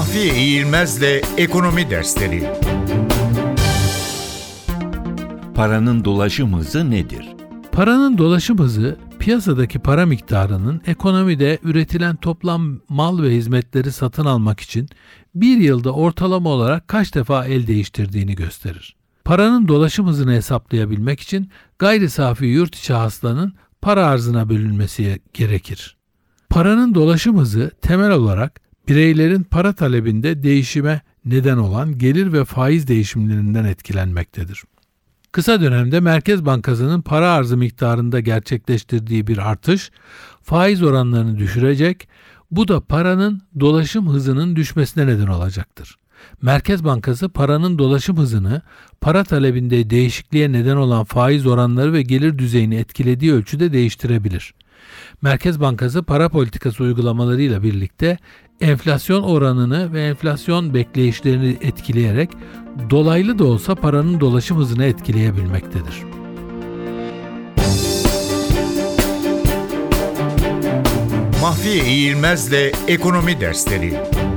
Mahfiye İğilmez'le Ekonomi Dersleri. Paranın dolaşım hızı nedir? Paranın dolaşım hızı, piyasadaki para miktarının ekonomide üretilen toplam mal ve hizmetleri satın almak için bir yılda ortalama olarak kaç defa el değiştirdiğini gösterir. Paranın dolaşım hızını hesaplayabilmek için gayri safi yurt içi hasılanın para arzına bölünmesi gerekir. Paranın dolaşım hızı temel olarak bireylerin para talebinde değişime neden olan gelir ve faiz değişimlerinden etkilenmektedir. Kısa dönemde Merkez Bankası'nın para arzı miktarında gerçekleştirdiği bir artış faiz oranlarını düşürecek, bu da paranın dolaşım hızının düşmesine neden olacaktır. Merkez Bankası paranın dolaşım hızını para talebinde değişikliğe neden olan faiz oranları ve gelir düzeyini etkilediği ölçüde değiştirebilir. Merkez Bankası para politikası uygulamalarıyla birlikte enflasyon oranını ve enflasyon bekleyişlerini etkileyerek dolaylı da olsa paranın dolaşım hızını etkileyebilmektedir. Mahfiye İğilmez'le Ekonomi Dersleri.